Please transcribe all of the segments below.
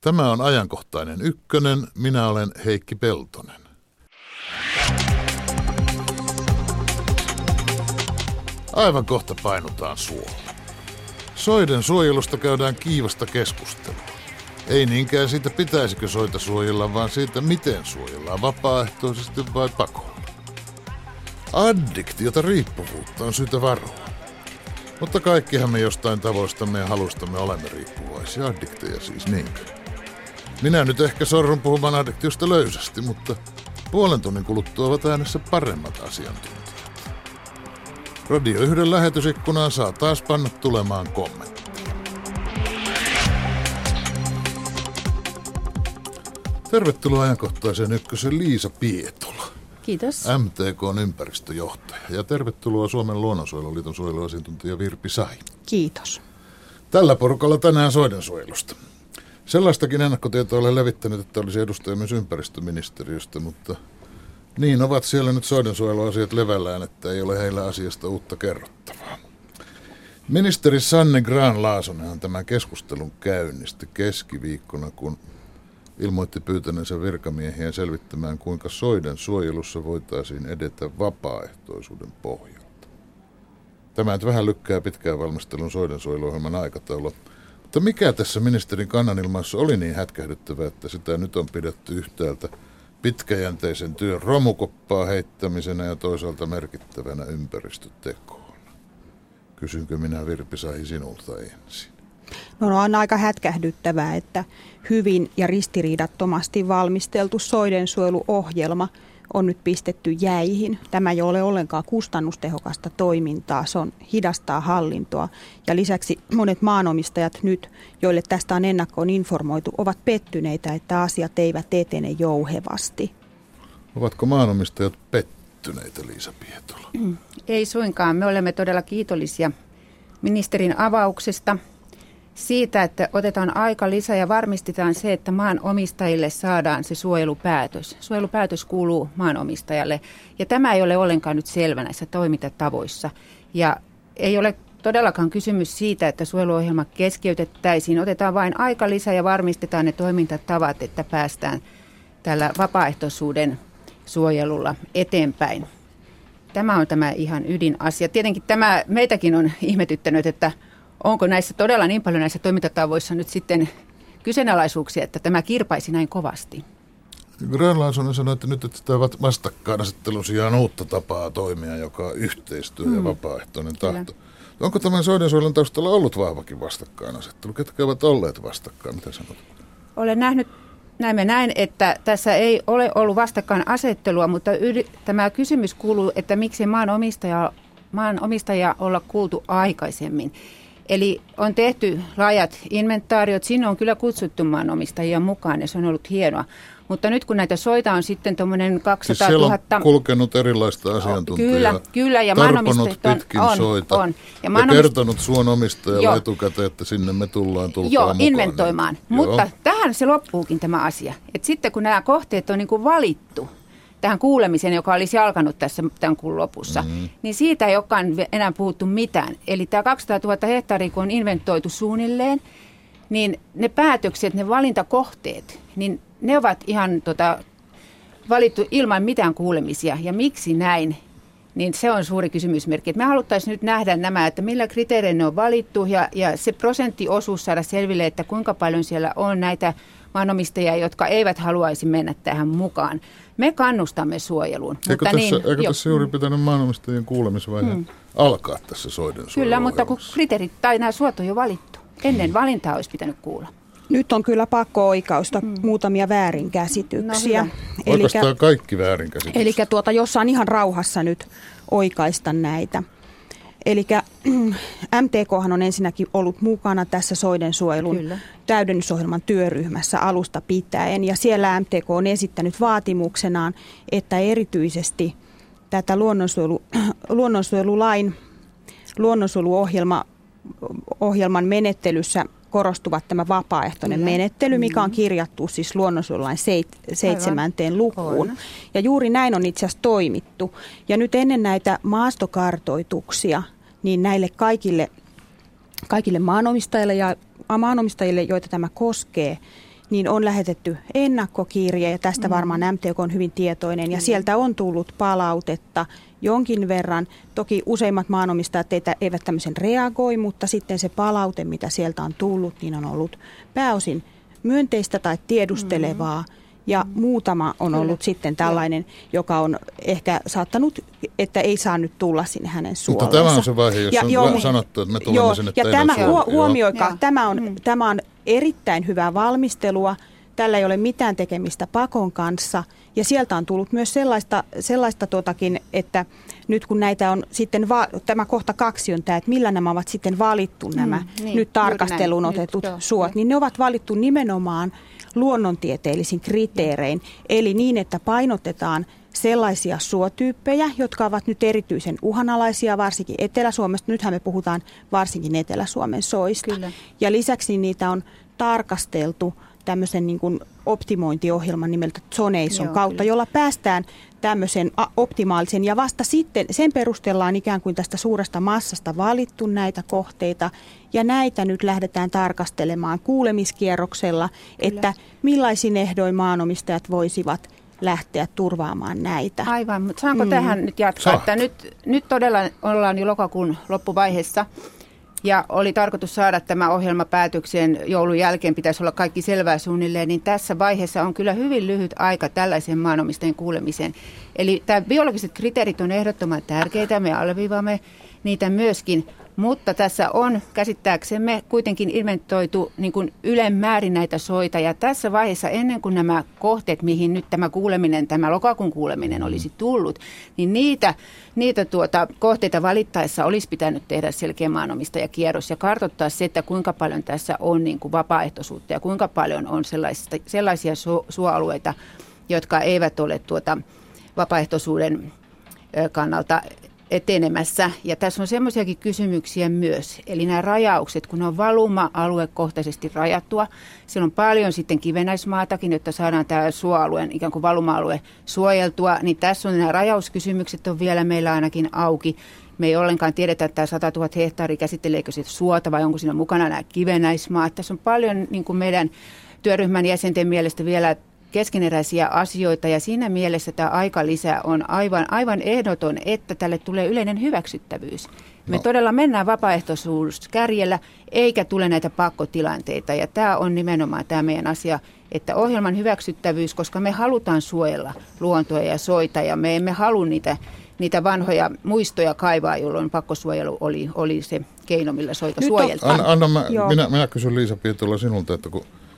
Tämä on ajankohtainen ykkönen. Minä olen Heikki Peltonen. Aivan kohta painutaan suolle. Soiden suojelusta käydään kiivasta keskustelua. Ei niinkään siitä, pitäisikö soita suojella, vaan siitä, miten suojellaan, vapaaehtoisesti vai pakolla. Addiktiota, riippuvuutta on syytä varoa. Mutta kaikkihan me jostain tavoistamme ja halustamme olemme riippuvaisia, addikteja siis, niinkö? Minä nyt ehkä sorrun puhumaan addiktiosta löysästi, mutta puolen tunnin kuluttua ovat äänessä paremmat asiantuntijat. Radio 1 lähetysikkunaan saa taas panna tulemaan kommentteja. Tervetuloa ajankohtaiseen ykkösen Liisa Pietola. Kiitos. MTK:n ympäristöjohtaja. Ja tervetuloa Suomen luonnonsuojeluliiton suojeluasiantuntija Virpi Sahi. Kiitos. Tällä porukalla tänään soidensuojelusta. Sellaistakin ennakkotietoa olen levittänyt, että olisi edustaja myös ympäristöministeriöstä, mutta niin ovat siellä nyt soidensuojeluasiat levällään, että ei ole heillä asiasta uutta kerrottavaa. Ministeri Sanne Grahn-Laasonenhan tämän keskustelun käynnisti keskiviikkona, kun ilmoitti pyytäneensä virkamiehiä selvittämään, kuinka soiden suojelussa voitaisiin edetä vapaaehtoisuuden pohjalta. Tämä nyt vähän lykkää pitkään valmistelun soidensuojeluohjelman aikataulua. Mutta mikä tässä ministerin kannanilmassa oli niin hätkähdyttävää, että sitä nyt on pidetty yhtäältä pitkäjänteisen työn romukoppaa heittämisenä ja toisaalta merkittävänä ympäristötekoon? Kysynkö minä, Virpi Sahi, sinulta ensin? No on aika hätkähdyttävää, että hyvin ja ristiriidattomasti valmisteltu soidensuojeluohjelma on nyt pistetty jäihin. Tämä ei ole ollenkaan kustannustehokasta toimintaa, se on hidastaa hallintoa. Ja lisäksi monet maanomistajat nyt, joille tästä on ennakkoon informoitu, ovat pettyneitä, että asiat eivät etene jouhevasti. Ovatko maanomistajat pettyneitä, Liisa Pietola? Ei suinkaan. Me olemme todella kiitollisia ministerin avauksesta. Siitä, että otetaan aika lisää ja varmistetaan se, että maanomistajille saadaan se suojelupäätös. Suojelupäätös kuuluu maanomistajalle ja tämä ei ole ollenkaan nyt selvä näissä toimintatavoissa. Ja ei ole todellakaan kysymys siitä, että suojeluohjelma keskeytettäisiin. Otetaan vain aika lisää ja varmistetaan ne toimintatavat, että päästään tällä vapaaehtoisuuden suojelulla eteenpäin. Tämä on tämä ihan ydinasia. Tietenkin tämä meitäkin on ihmetyttänyt, että onko näissä todella niin paljon näissä toimintatavoissa nyt sitten kyseenalaisuuksia, että tämä kirpaisi näin kovasti? Grahn-Laasonen sanoi, että nyt etsitään vastakkainasettelun sijaan uutta tapaa toimia, joka on yhteistyö ja vapaaehtoinen tahto. Kyllä. Onko tämän soidensuojelun taustalla ollut vahvakin vastakkainasettelu? Ketkä ovat olleet vastakkain? Mitä sanot? Olen näin, että tässä ei ole ollut vastakkainasettelua, mutta tämä kysymys kuuluu, että miksi maanomistaja olla kuultu aikaisemmin. Eli on tehty laajat inventaariot, sinne on kyllä kutsuttu maanomistajia mukaan ja se on ollut hienoa. Mutta nyt kun näitä soita on sitten tuommoinen 200 000... Siis siellä on kulkenut erilaista asiantuntijaa, kyllä, ja tarponut pitkin soita ja kertonut suonomistajalle etukäteen, että sinne me tullaan, tulkaa mukaan. Inventoimaan. Mutta tähän se loppuukin tämä asia. Et sitten kun nämä kohteet on niin kuin valittu tähän kuulemiseen, joka olisi alkanut tässä tämän kuun lopussa, niin siitä ei olekaan enää puhuttu mitään. Eli tämä 200 000 hehtaaria, kun on inventoitu suunnilleen, niin ne päätökset, ne valintakohteet, niin ne ovat ihan valittu ilman mitään kuulemisia. Ja miksi näin? Niin se on suuri kysymysmerkki. Et me haluttaisiin nyt nähdä nämä, että millä kriteereillä ne on valittu ja se prosenttiosuus saada selville, että kuinka paljon siellä on näitä maanomistajia, jotka eivät haluaisi mennä tähän mukaan. Me kannustamme suojeluun. Eikö tässä juuri pitänyt maanomistajien kuulemisvaihe alkaa tässä soidensuojeluohjelmassa? Kyllä, mutta kun kriteerit tai nämä suot on jo valittu. Ennen valintaa olisi pitänyt kuulla. Nyt on kyllä pakko oikausta muutamia väärinkäsityksiä. No, oikeastaan kaikki väärinkäsitykset. Eli jos saan ihan rauhassa nyt oikaista näitä. Eli MTKhan on ensinnäkin ollut mukana tässä soidensuojelun täydennysohjelman työryhmässä alusta pitäen. Ja siellä MTK on esittänyt vaatimuksenaan, että erityisesti tätä luonnonsuojeluohjelman menettelyssä korostuvat tämä vapaaehtoinen menettely, mikä on kirjattu siis luonnonsuojelulain 7. lukuun. Ja juuri näin on itse asiassa toimittu. Ja nyt ennen näitä maastokartoituksia, niin näille kaikille maanomistajille, joita tämä koskee, niin on lähetetty ennakkokirje, ja tästä varmaan MTK on hyvin tietoinen, ja sieltä on tullut palautetta jonkin verran. Toki useimmat maanomistajat eivät tämmöisen reagoi, mutta sitten se palaute, mitä sieltä on tullut, niin on ollut pääosin myönteistä tai tiedustelevaa. Ja muutama on ollut sitten tällainen, joka on ehkä saattanut, että ei saa nyt tulla sinne hänen suoleensa. Mutta tämä on se vaihe, jos on sanottu, että me tulemme sinne teidän suoleen. Huomioikaa, tämä on erittäin hyvää valmistelua. Tällä ei ole mitään tekemistä pakon kanssa. Ja sieltä on tullut myös sellaista että nyt kun näitä on sitten, tämä kohta 2 on tämä, että millä nämä ovat sitten valittu nämä nyt tarkasteluun otetut suot, niin ne ovat valittu nimenomaan luonnontieteellisin kriteerein, eli niin, että painotetaan sellaisia suotyyppejä, jotka ovat nyt erityisen uhanalaisia, varsinkin Etelä-Suomesta. Nythän me puhutaan varsinkin Etelä-Suomen soista. Kyllä. Ja lisäksi niitä on tarkasteltu tämmöisen niin kuin optimointiohjelman nimeltä Zoneison kautta, jolla päästään tämmöisen optimaalisen, ja vasta sitten sen perusteella on ikään kuin tästä suuresta massasta valittu näitä kohteita, ja näitä nyt lähdetään tarkastelemaan kuulemiskierroksella, että millaisin ehdoin maanomistajat voisivat lähteä turvaamaan näitä. Aivan, mutta saanko tähän nyt jatkaa, että nyt todella ollaan jo lokakuun loppuvaiheessa, ja oli tarkoitus saada tämä ohjelma päätökseen joulun jälkeen, pitäisi olla kaikki selvää suunnilleen, niin tässä vaiheessa on kyllä hyvin lyhyt aika tällaisen maanomistajien kuulemiseen. Eli tämä biologiset kriteerit on ehdottoman tärkeitä, me alleviivaamme niitä myöskin, mutta tässä on käsittääksemme kuitenkin ilmentoitu niin kuin ylemmäärin näitä soita, ja tässä vaiheessa ennen kuin nämä kohteet, mihin nyt tämä kuuleminen, tämä lokakuun kuuleminen olisi tullut, niin niitä kohteita valittaessa olisi pitänyt tehdä selkeä maanomistajakierros ja kartoittaa se, että kuinka paljon tässä on niin kuin vapaaehtoisuutta ja kuinka paljon on sellaisia suoalueita, jotka eivät ole vapaaehtoisuuden kannalta etenemässä. Ja tässä on semmoisiakin kysymyksiä myös. Eli nämä rajaukset, kun on valuma-aluekohtaisesti rajattua, siellä on paljon sitten kivennäismaatakin, jotta saadaan tämä suoalueen ikään kuin valuma-alue suojeltua, niin tässä on nämä rajauskysymykset on vielä meillä ainakin auki. Me ei ollenkaan tiedetä, että tämä 100 000 hehtaaria käsitteleekö se suota vai onko siinä mukana nämä kivennäismaat. Tässä on paljon niin kuin meidän työryhmän jäsenten mielestä vielä keskeneräisiä asioita, ja siinä mielessä tämä aikalisä on aivan ehdoton, että tälle tulee yleinen hyväksyttävyys. Me todella mennään vapaaehtoisuuskärjellä, eikä tule näitä pakkotilanteita, ja tämä on nimenomaan tämä meidän asia, että ohjelman hyväksyttävyys, koska me halutaan suojella luontoa ja soita, ja me emme halua niitä vanhoja muistoja kaivaa, jolloin pakkosuojelu oli se keino, millä soita suojeltiin. Minä kysyn Liisa Pietola sinulta, että kun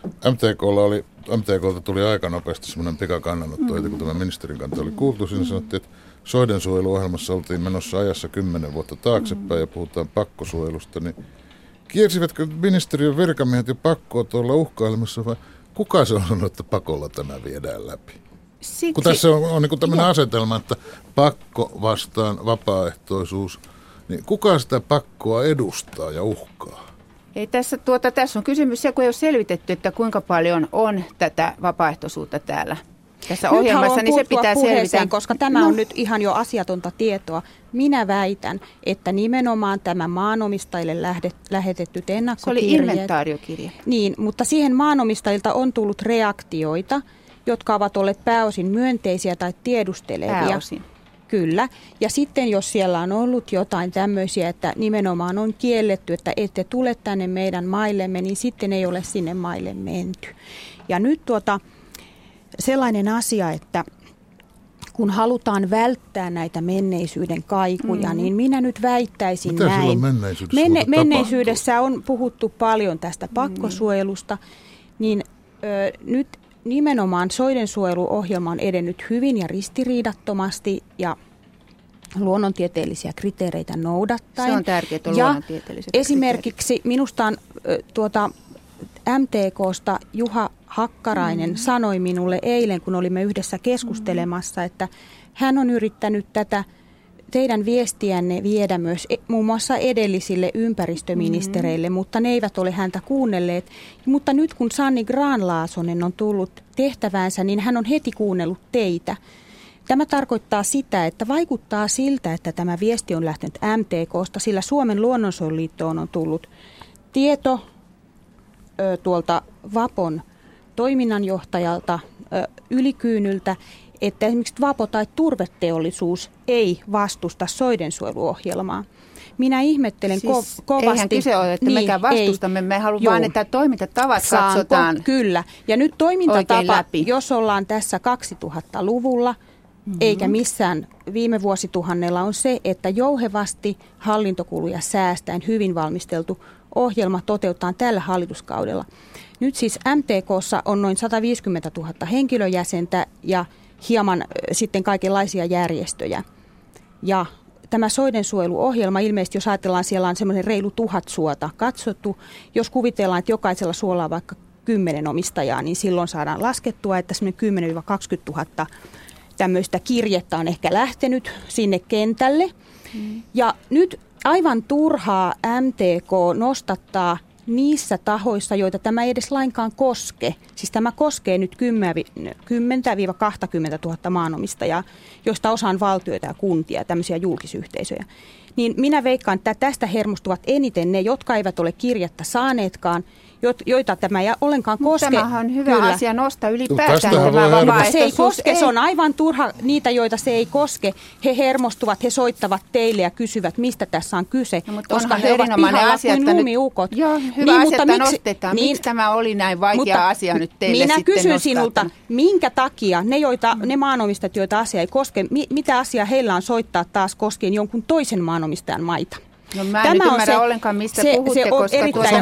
MTK:lta tuli aika nopeasti semmoinen pikakannanotto, kun tämä ministerin kanta oli kuultu. Siinä sanottiin, että soidensuojeluohjelmassa oltiin menossa ajassa 10 vuotta taaksepäin ja puhutaan pakkosuojelusta. Niin kiersivät ministeriön virkamiehet jo pakkoa tuolla uhkailemassa, vai kuka se on sanonut, että pakolla tämä viedään läpi? Kun tässä on niin kuin tämmöinen asetelma, että pakko vastaan vapaaehtoisuus, niin kuka sitä pakkoa edustaa ja uhkaa? Ei tässä on kysymys se, kun ei ole selvitetty, että kuinka paljon on tätä vapaaehtoisuutta täällä tässä ohjelmassa, niin se pitää selvitä. Koska tämä on nyt ihan jo asiatonta tietoa. Minä väitän, että nimenomaan tämä maanomistajille lähetettyt ennakkokirjeet. Se oli inventaariokirje. Niin, mutta siihen maanomistajilta on tullut reaktioita, jotka ovat olleet pääosin myönteisiä tai tiedustelevia. Pääosin. Kyllä. Ja sitten jos siellä on ollut jotain tämmöisiä, että nimenomaan on kielletty, että ette tule tänne meidän maillemme, niin sitten ei ole sinne maille menty. Ja nyt sellainen asia, että kun halutaan välttää näitä menneisyyden kaikuja, niin minä nyt väittäisin näin. Mitä silloin menneisyydessä on puhuttu paljon tästä pakkosuojelusta, niin nyt nimenomaan soidensuojeluohjelma on edennyt hyvin ja ristiriidattomasti ja luonnontieteellisiä kriteereitä noudattaen. Se on tärkeää, että on luonnontieteelliset esimerkiksi minusta on MTK:sta Juha Hakkarainen sanoi minulle eilen, kun olimme yhdessä keskustelemassa, että hän on yrittänyt tätä teidän viestiänne viedä myös muun muassa edellisille ympäristöministereille, mutta ne eivät ole häntä kuunnelleet. Mutta nyt kun Sanni Grahn-Laasonen on tullut tehtäväänsä, niin hän on heti kuunnellut teitä. Tämä tarkoittaa sitä, että vaikuttaa siltä, että tämä viesti on lähtenyt MTK:sta, sillä Suomen luonnonsuojeluliittoon on tullut tieto tuolta Vapon toiminnanjohtajalta Ylikyynyltä, että esimerkiksi Vapo tai turveteollisuus ei vastusta soidensuojeluohjelmaa. Minä ihmettelen kovasti. Eihän kyse ole, että mekään vastustamme, me haluamme vaan, että toimintatavat katsotaan. Kyllä, ja nyt toimintatapa, jos ollaan tässä 2000-luvulla, eikä missään viime vuosituhannella, on se, että jouhevasti hallintokuluja säästäen hyvin valmisteltu ohjelma toteutetaan tällä hallituskaudella. Nyt siis MTK:ssa on noin 150 000 henkilöjäsentä ja hieman sitten kaikenlaisia järjestöjä. Ja tämä soidensuojeluohjelma, ilmeisesti jos ajatellaan, siellä on semmoinen reilu 1000 suota katsottu. Jos kuvitellaan, että jokaisella suolla on vaikka 10 omistajaa, niin silloin saadaan laskettua, että semmoinen 10 000–20 000 tämmöistä kirjettä on ehkä lähtenyt sinne kentälle. Ja nyt aivan turhaa MTK nostattaa niissä tahoissa, joita tämä ei edes lainkaan koske. Siis tämä koskee nyt 10–20 000 maanomistajaa, joista osa on valtioita ja kuntia, tämmöisiä julkisyhteisöjä. Niin minä veikkaan, että tästä hermostuvat eniten ne, jotka eivät ole kirjettä saaneetkaan, joita tämä ei ollenkaan koske. Tämähän on hyvä asia nostaa ylipäätään tämä vapaaehtoisuus. Se ei koske, se on aivan turha niitä, joita se ei koske. He hermostuvat, he soittavat teille ja kysyvät, mistä tässä on kyse. No, mutta koska he ovat pihalla kuin lumiukot. Joo, hyvä asia, että nostetaan. Miksi tämä oli näin vaikea asia nyt teille minä sitten kysyn nostaa sinulta, minkä takia ne maanomistajat, joita asia ei koske, mitä asiaa heillä on soittaa taas koskien jonkun toisen maanomistajan maita? No mä en nyt ymmärrä ollenkaan, mistä puhutte, koska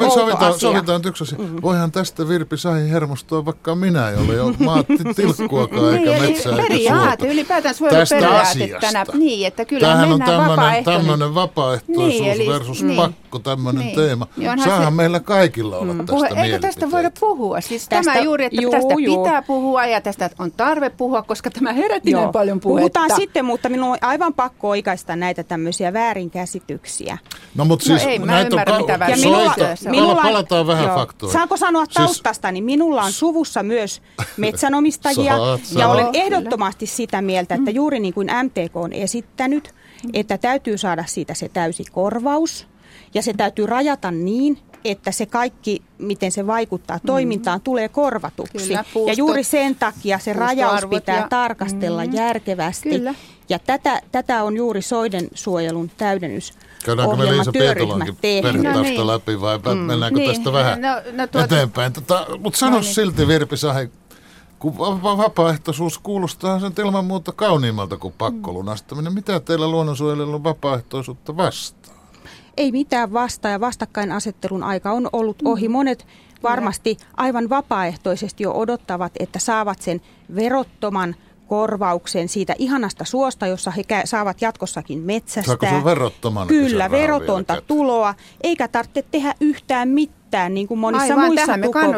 sovitaan yksi asia. Voihan tästä Virpi Sahi hermostua vaikka minä, jolle ei ole tilkkuakaan eikä metsää eikä suota. Ylipäätään suojeluperiaatetta. Niin, että kyllä tämähän on tämmöinen vapaaehtoisuus versus pakko, tämmöinen teema. Saahan meillä kaikilla olla tästä mielipiteitä. Eikö tästä voida puhua? Siis tämä juuri, että tästä pitää puhua ja tästä on tarve puhua, koska tämä herätti niin paljon puhetta. Puhutaan sitten, mutta minun on aivan pakko oikaista näitä tämmöisiä väärinkäsityksiä. No mutta siis ei, mä ymmärrän mitä väärinkäsityksiä. Palataan vähän faktoihin. Saanko sanoa taustasta, niin minulla on suvussa myös metsänomistajia ja olen ehdottomasti sitä mieltä, että juuri niin kuin MTK on esittänyt, että täytyy saada siitä se täysi korvaus ja se täytyy rajata niin, että se kaikki, miten se vaikuttaa toimintaan, tulee korvatuksi. Kyllä, ja juuri sen takia se rajaus pitää tarkastella järkevästi. Kyllä. Ja tätä on juuri soidensuojelun täydennys. Käydäänkö me Liisa Pietolankin perhetausta läpi vai mennäänkö tästä vähän eteenpäin? Mutta sano silti Virpi Sahi, kun vapaaehtoisuus kuulostaa sen ilman muuta kauniimmalta kuin pakkolunastaminen. Mitä teillä luonnonsuojelijoilla on vapaaehtoisuutta vastaan? Ei mitään vastaa ja vastakkainasettelun aika on ollut ohi. Monet varmasti aivan vapaaehtoisesti jo odottavat, että saavat sen verottoman korvauksen siitä ihanasta suosta, jossa he saavat jatkossakin metsästää. Saako se verottomana? Kyllä, verotonta tuloa, eikä tarvitse tehdä yhtään mitään, niin kuin monissa muissa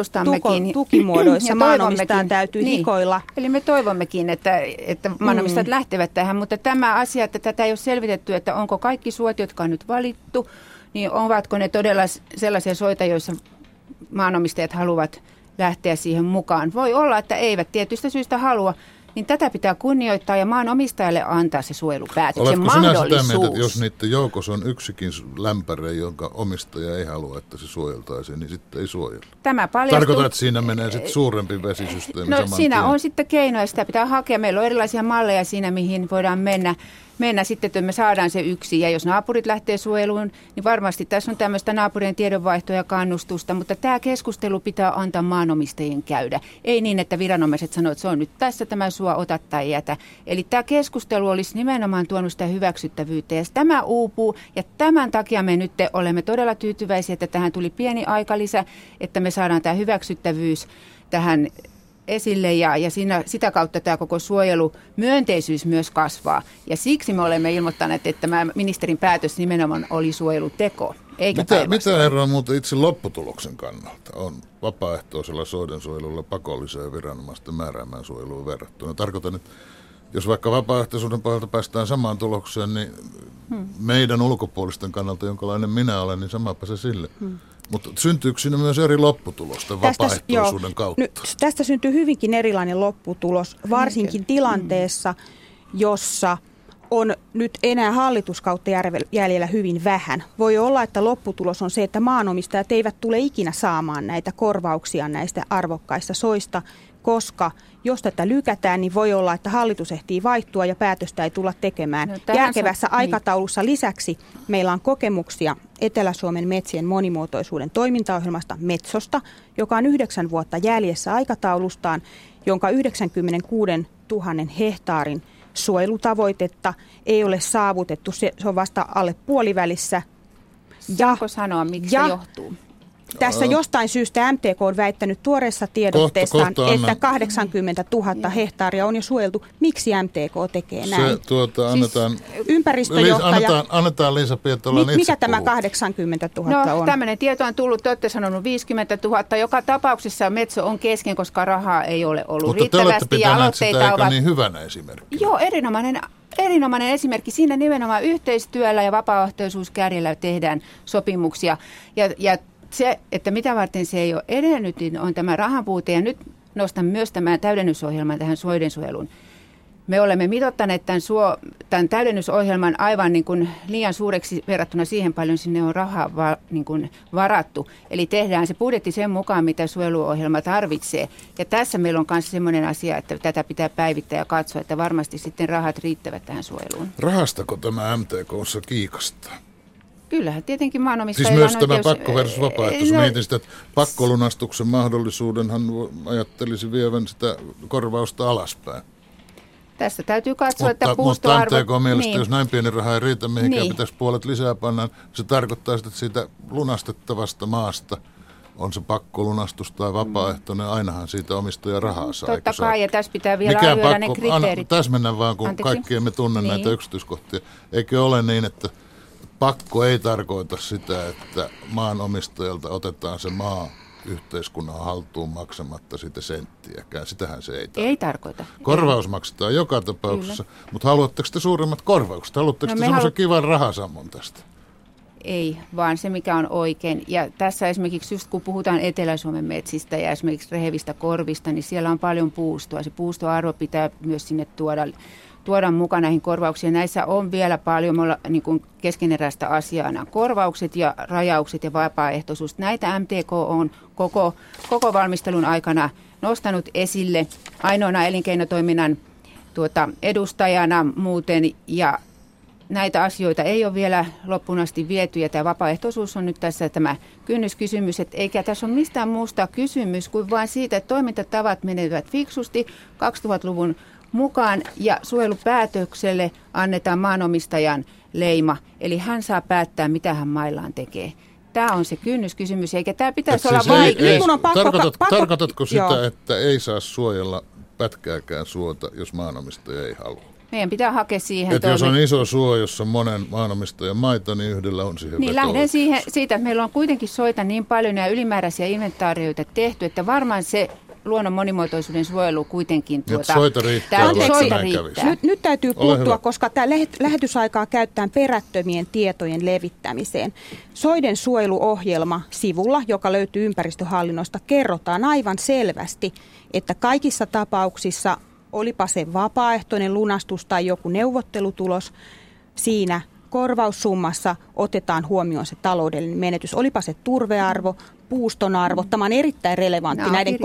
tukimuodoissa maanomistajan täytyy hikoilla. Eli me toivommekin, että maanomistajat lähtevät tähän, mutta tämä asia, että tätä ei ole selvitetty, että onko kaikki suot, jotka on nyt valittu, niin ovatko ne todella sellaisia soita, joissa maanomistajat haluavat lähteä siihen mukaan. Voi olla, että eivät tietystä syystä halua. Niin tätä pitää kunnioittaa ja maanomistajalle antaa se suojelupäätös, se mahdollisuus. Oletko sinä sitä mieltä, että jos niiden joukossa on yksikin lämpäre, jonka omistaja ei halua, että se suojeltaisiin, niin sitten ei suojella? Tämä paljastuu. Tarkoitan, että siinä menee sitten suurempi vesisysteemi saman siinä on sitten keinoja, sitä pitää hakea. Meillä on erilaisia malleja siinä, mihin voidaan mennä sitten, että me saadaan se yksi. Ja jos naapurit lähtee suojeluun, niin varmasti tässä on tämmöistä naapurien tiedonvaihtoa ja kannustusta. Mutta tämä keskustelu pitää antaa maanomistajien käydä. Ei niin, että viranomaiset sanoo, että se on nyt tässä tämä sua, ota tai jätä. Eli tämä keskustelu olisi nimenomaan tuonut sitä hyväksyttävyyttä. Ja tämä uupuu ja tämän takia me nyt olemme todella tyytyväisiä, että tähän tuli pieni aikalisä, että me saadaan tämä hyväksyttävyys tähän esille ja sitä kautta tämä koko suojelumyönteisyys myös kasvaa. Ja siksi me olemme ilmoittaneet, että tämä ministerin päätös nimenomaan oli suojeluteko, eikä Mitä eroa muuten itse lopputuloksen kannalta on vapaaehtoisella soidensuojelulla pakolliseen viranomaisten määräämään suojeluun verrattuna? Tarkoitan, että jos vaikka vapaaehtoisuuden pohjalta päästään samaan tulokseen, niin meidän ulkopuolisten kannalta, jonkalainen minä olen, niin samapa se sille. Mutta syntyykö siinä myös eri lopputulosta vapaaehtoisuuden kautta? Tästä syntyy hyvinkin erilainen lopputulos, varsinkin tilanteessa, jossa on nyt enää hallituskautta jäljellä hyvin vähän. Voi olla, että lopputulos on se, että maanomistajat eivät tule ikinä saamaan näitä korvauksia näistä arvokkaista soista, koska jos tätä lykätään, niin voi olla, että hallitus ehtii vaihtua ja päätöstä ei tulla tekemään. Järkevässä aikataulussa lisäksi meillä on kokemuksia Etelä-Suomen metsien monimuotoisuuden toimintaohjelmasta Metsosta, joka on 9 vuotta jäljessä aikataulustaan, jonka 96 000 hehtaarin suojelutavoitetta ei ole saavutettu. Se on vasta alle puolivälissä. Saanko sanoa, miksi se johtuu? Tässä jostain syystä MTK on väittänyt tuoreessa tiedotteessaan, että 80 000 hehtaaria on jo suojeltu. Miksi MTK tekee näin? Annetaan, ympäristöjohtaja. Annetaan Liisa Pietolan itse mikä tämä 80 000 on? Tämmöinen tieto on tullut, te olette sanonut 50 000. Joka tapauksessa Metso on kesken, koska rahaa ei ole ollut mutta riittävästi. Mutta te olette pitäneet sitä eikä niin hyvänä esimerkkinä. Joo, erinomainen esimerkki. Siinä nimenomaan yhteistyöllä ja vapaaehtoisuuskärjellä tehdään sopimuksia. Ja se, että mitä varten se ei ole edennyt, niin on tämä rahanpuute. Ja nyt nostan myös tämän täydennysohjelman tähän soidensuojeluun. Me olemme mitoittaneet tämän täydennysohjelman aivan niin kuin liian suureksi verrattuna siihen paljon sinne on rahaa varattu. Eli tehdään se budjetti sen mukaan, mitä suojeluohjelma tarvitsee. Ja tässä meillä on myös sellainen asia, että tätä pitää päivittää ja katsoa, että varmasti sitten rahat riittävät tähän suojeluun. Rahastako tämä MTK:ssa kiikastaa? Kyllähän tietenkin maanomistajilla siis myös tämä pakko versus vapaaehtoisuus. Mietin sitä, että pakkolunastuksen mahdollisuudenhan ajattelisi vievän sitä korvausta alaspäin. Tässä täytyy katsoa, että puustoarvo... Mutta MTK mielestä, jos näin pieni raha ei riitä, mihinkään pitäisi puolet lisää panna, se tarkoittaa, että siitä lunastettavasta maasta on se pakkolunastus tai vapaaehtoinen, ainahan siitä omistaja rahaa saa. Totta kai, ja tässä pitää vielä arvioida ne kriteerit. Täsmennän vaan, kun kaikki emme tunne näitä yksityiskohtia. Eikö ole niin, että pakko ei tarkoita sitä, että maanomistajalta otetaan se maa yhteiskunnan haltuun maksamatta sitä senttiäkään. Sitähän se ei tarkoita. Ei tarkoita. Korvaus maksetaan joka tapauksessa, mutta haluatteko te suuremmat korvaukset? Haluatteko te semmoisen kivan rahasammon tästä? Ei, vaan se mikä on oikein. Ja tässä esimerkiksi just kun puhutaan Etelä-Suomen metsistä ja esimerkiksi rehevistä korvista, niin siellä on paljon puustoa. Se puustoarvo pitää myös sinne tuoda mukaan näihin korvauksiin. Näissä on vielä paljon niin kuin keskeneräistä asiaa, nämä korvaukset ja rajaukset ja vapaaehtoisuus. Näitä MTK on koko valmistelun aikana nostanut esille ainoana elinkeinotoiminnan edustajana muuten, ja näitä asioita ei ole vielä loppuun asti viety, ja tämä vapaaehtoisuus on nyt tässä tämä kynnyskysymys, että eikä tässä ole mistään muusta kysymys kuin vain siitä, että toimintatavat menevät fiksusti 2000-luvun mukaan ja suojelupäätökselle annetaan maanomistajan leima, eli hän saa päättää, mitä hän maillaan tekee. Tämä on se kynnyskysymys, eikä tämä pitäisi olla vaikea. Tarkoitatko sitä, että ei saa suojella pätkääkään suota, jos maanomistaja ei halua? Meidän pitää hakea siihen. Että jos on iso suo, jossa on monen maanomistajan maita, niin yhdellä on siihen niin lähden siitä, että meillä on kuitenkin soita niin paljon ja ylimääräisiä inventaarioita tehty, että varmaan se luonnon monimuotoisuuden suojelu kuitenkin soita riittää. Nyt täytyy puuttua, koska tämä lähetysaikaa käytetään perättömien tietojen levittämiseen. Soiden suojeluohjelma sivulla, joka löytyy ympäristöhallinnosta, kerrotaan aivan selvästi, että kaikissa tapauksissa, olipa se vapaaehtoinen lunastus tai joku neuvottelutulos, siinä korvaussummassa otetaan huomioon se taloudellinen menetys. Olipa se turvearvo, puuston arvo. Tämä on erittäin relevantti näiden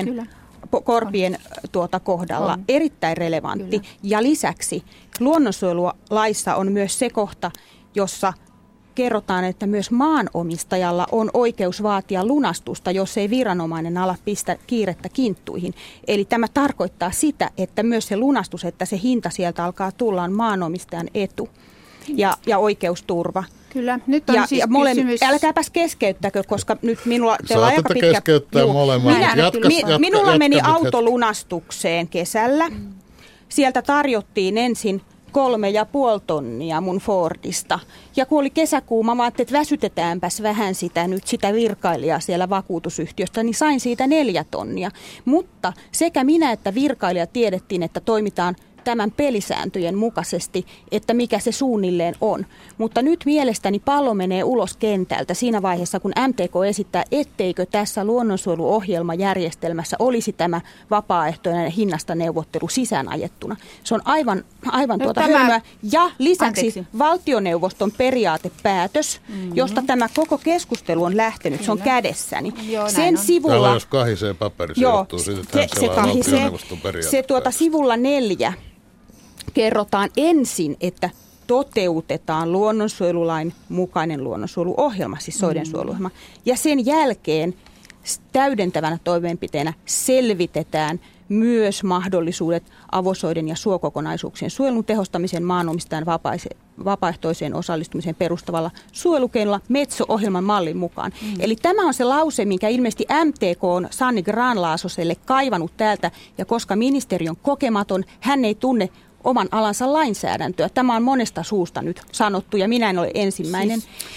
korpien kohdalla. On. Erittäin relevantti. Kyllä. Ja lisäksi luonnonsuojelulaissa on myös se kohta, jossa kerrotaan, että myös maanomistajalla on oikeus vaatia lunastusta, jos ei viranomainen ala pistä kiirettä kinttuihin. Eli tämä tarkoittaa sitä, että myös se lunastus, että se hinta sieltä alkaa tulla, on maanomistajan etu ja oikeusturva. Kyllä, nyt on siis kysymys. Älkääpäs keskeyttäkö, koska nyt teillä on aika pitkä... keskeyttää molemmat. Minulla meni autolunastukseen kesällä. Sieltä tarjottiin ensin 3,5 tonnia mun Fordista. Ja kun oli kesäkuuma, mä ajattelin, että väsytetäänpäs vähän sitä virkailijaa siellä vakuutusyhtiöstä, niin sain siitä 4 tonnia. Mutta sekä minä että virkailija tiedettiin, että toimitaan tämän pelisääntöjen mukaisesti, että mikä se suunnilleen on. Mutta nyt mielestäni pallo menee ulos kentältä siinä vaiheessa, kun MTK esittää, etteikö tässä luonnonsuojeluohjelmajärjestelmässä olisi tämä vapaaehtoinen hinnasta neuvottelu sisäänajettuna. Se on aivan hölmöä. Ja lisäksi valtioneuvoston periaatepäätös, josta tämä koko keskustelu on lähtenyt, se on kädessäni. Joo, sen sivulla, täällä jos kahisee paperi, se johtuu siitä, että se kahisee. Se sivulla 4 kerrotaan ensin, että toteutetaan luonnonsuojelulain mukainen luonnonsuojeluohjelma, siis soidensuojeluohjelma. Ja sen jälkeen täydentävänä toimenpiteenä selvitetään myös mahdollisuudet avosoiden ja suokokonaisuuksien suojelun tehostamiseen maanomistajan vapaaehtoiseen osallistumiseen perustavalla suojelukeinolla Metso-ohjelman mallin mukaan. Eli tämä on se lause, minkä ilmeisesti MTK on Sanni Grahn-Laasoselle kaivannut täältä, ja koska ministeri on kokematon, hän ei tunne oman alansa lainsäädäntöä. Tämä on monesta suusta nyt sanottu, ja minä en ole ensimmäinen.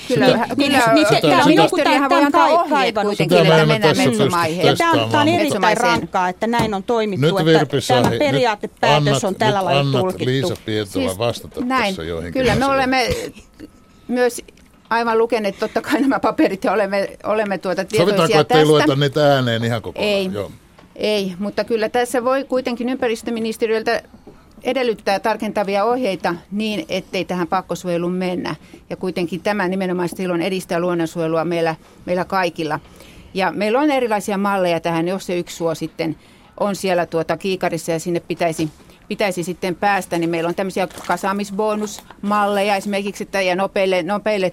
Tämä on joku tämän kaivannut. Tämä on erittäin rankkaa, että näin on toimittu, että tämä periaatepäätös on tällä lailla tulkittu. Annat Liisa Pietola vastata tässä joihinkin. Kyllä me olemme myös aivan lukeneet totta kai nämä paperit ja olemme tietoisia Sovitaanko, tästä. että ei lueta niitä ääneen ihan kokonaan? Ei, mutta kyllä tässä voi kuitenkin ympäristöministeriöltä edellyttää tarkentavia ohjeita niin, ettei tähän pakkosuojeluun mennä. Ja kuitenkin tämä nimenomaan silloin edistää luonnonsuojelua meillä kaikilla. Ja meillä on erilaisia malleja tähän, jos se yksi suo sitten on siellä kiikarissa ja sinne pitäisi sitten päästä, niin meillä on tämmöisiä kasaamisbonusmalleja esimerkiksi, että ja nopeille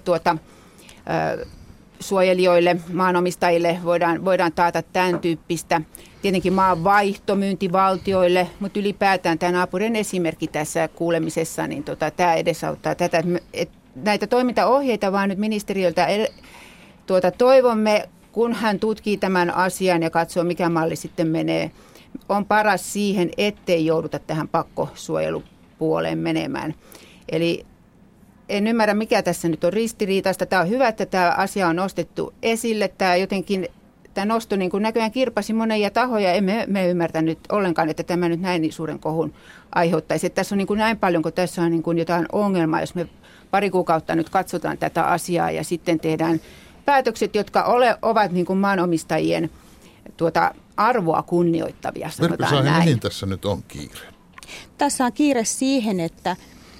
suojelijoille, maanomistajille voidaan taata tämän tyyppistä. Tietenkin maan vaihtomyynti valtioille, mutta ylipäätään tämä naapurin esimerkki tässä kuulemisessa, niin tämä edesauttaa tätä. Näitä toimintaohjeita vaan nyt ministeriöltä toivomme, kun hän tutkii tämän asian ja katsoo, mikä malli sitten menee, on paras siihen, ettei jouduta tähän pakkosuojelupuoleen menemään. Eli en ymmärrä, mikä tässä nyt on ristiriitaista. Tämä on hyvä, että tämä asia on nostettu esille. Tämä nosto niin kuin näköjään kirpasi monia tahoja. Emme ymmärtänyt ollenkaan, että tämä nyt näin suuren kohun aiheuttaisi. Että tässä on niin kuin näin paljon, kun tässä on niin kuin jotain ongelmaa, jos me pari kuukautta nyt katsotaan tätä asiaa ja sitten tehdään päätökset, jotka ovat niin kuin maanomistajien arvoa kunnioittavia, sanotaan näin. Mihin tässä nyt on kiire? Tässä on kiire siihen, että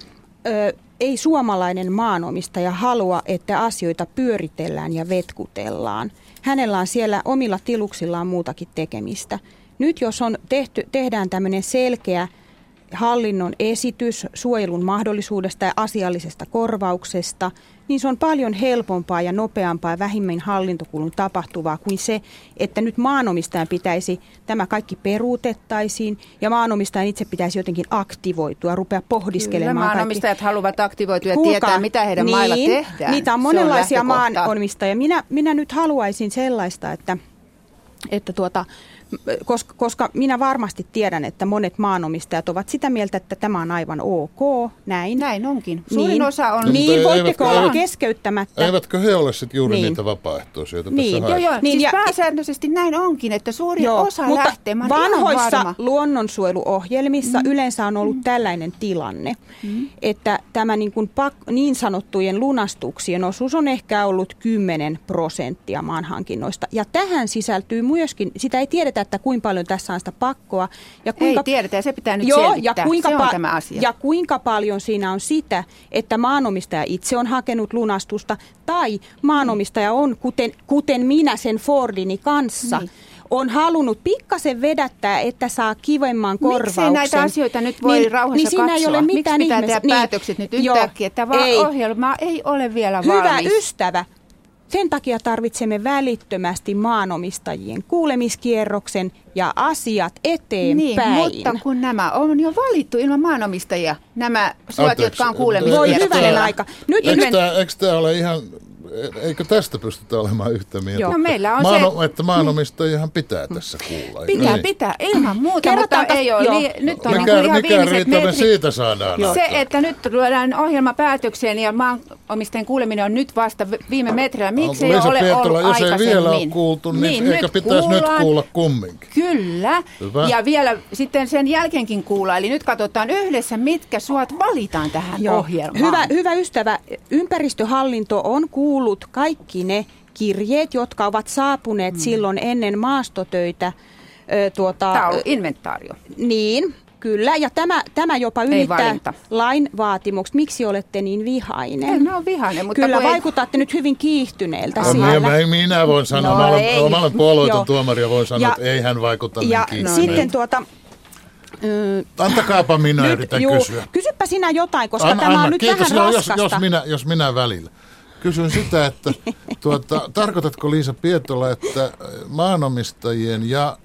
ei suomalainen maanomistaja halua, että asioita pyöritellään ja vetkutellaan. Hänellä on siellä omilla tiluksillaan muutakin tekemistä. Nyt jos tehdään tämmöinen selkeä hallinnon esitys suojelun mahdollisuudesta ja asiallisesta korvauksesta, niin se on paljon helpompaa ja nopeampaa ja vähemmän hallintokulun tapahtuvaa kuin se, että nyt maanomistajan pitäisi, tämä kaikki peruutettaisiin ja maanomistajan itse pitäisi jotenkin aktivoitua, rupea pohdiskelemaan. Kyllä, maanomistajat haluavat aktivoitua ja tietää, mitä heidän mailla tehdään. Niitä on monenlaisia maanomistajia. Minä nyt haluaisin sellaista, että koska minä varmasti tiedän, että monet maanomistajat ovat sitä mieltä, että tämä on aivan ok, näin. Näin onkin. Suurin osa on. Niin, voitteko olla keskeyttämättä? Eivätkö he ole sitten juuri niitä vapaaehtoisia, joita tässä haetaan? Joo. Siis pääsääntöisesti näin onkin, että suurin osa lähtee. Vanhoissa luonnonsuojeluohjelmissa yleensä on ollut tällainen tilanne, että tämä niin sanottujen lunastuksien osuus on ehkä ollut 10% maanhankinnoista. Ja tähän sisältyy myöskin, sitä ei tiedetä, että kuinka paljon tässä on sitä pakkoa. Ja kuinka, ei tiedetä, ja se pitää nyt selvittää. Se on tämä asia. Ja kuinka paljon siinä on sitä, että maanomistaja itse on hakenut lunastusta, tai maanomistaja on, kuten minä sen Fordini kanssa, on halunnut pikkasen vedättää, että saa kivemman korvauksen. Miksei näitä asioita nyt voi rauhassa katsoa? Siinä ei ole mitään. Miksi pitää tehdä päätökset nyt yhtäkkiä, että ohjelma ei ole vielä valmis? Hyvä ystävä. Sen takia tarvitsemme välittömästi maanomistajien kuulemiskierroksen ja asiat eteenpäin. Niin, mutta kun nämä on jo valittu ilman maanomistajia, nämä suot, jotka on kuulemiskierroksella. Voi hyvänen aika. Eikö tämä ole ihan eikö tästä pystytä olemaan yhtä mieltä? Joo, meillä on että maanomistajihan pitää tässä kuulla. Pitää, ilman muuta, mutta ei ole. Nyt on ihan viimeiset metrit. Siitä saadaan se, että nyt luodaan ohjelma päätökseen ja maanomistajien kuuleminen on nyt vasta viime metrillä. Miksi ei ole ollut aikaisemmin? Jos ei vielä ole kuultu, niin eikä pitäisi nyt kuulla kumminkin. Kyllä. Hyvä. Ja vielä sitten sen jälkeenkin kuulla. Eli nyt katsotaan yhdessä, mitkä suot valitaan tähän ohjelmaan. Hyvä ystävä, ympäristöhallinto on kuullut kaikki ne kirjeet, jotka ovat saapuneet silloin ennen maastotöitä. Tämä on inventaario. Niin, kyllä. Ja tämä jopa ylittää lain vaatimukset. Miksi olette niin vihainen? En ole vihainen, mutta kyllä vaikutatte nyt hyvin kiihtyneeltä siellä. Minä voin sanoa, mä olen puolueeton tuomari ja voin sanoa, että ei hän vaikuta niin kiihtyneeltä. Sitten antakaapa minä yritän kysyä. Kysypä sinä jotain, koska tämä on nyt vähän raskasta. Jos minä välillä. Kysyn sitä, että tarkoitatko Liisa Pietola, että maanomistajien ja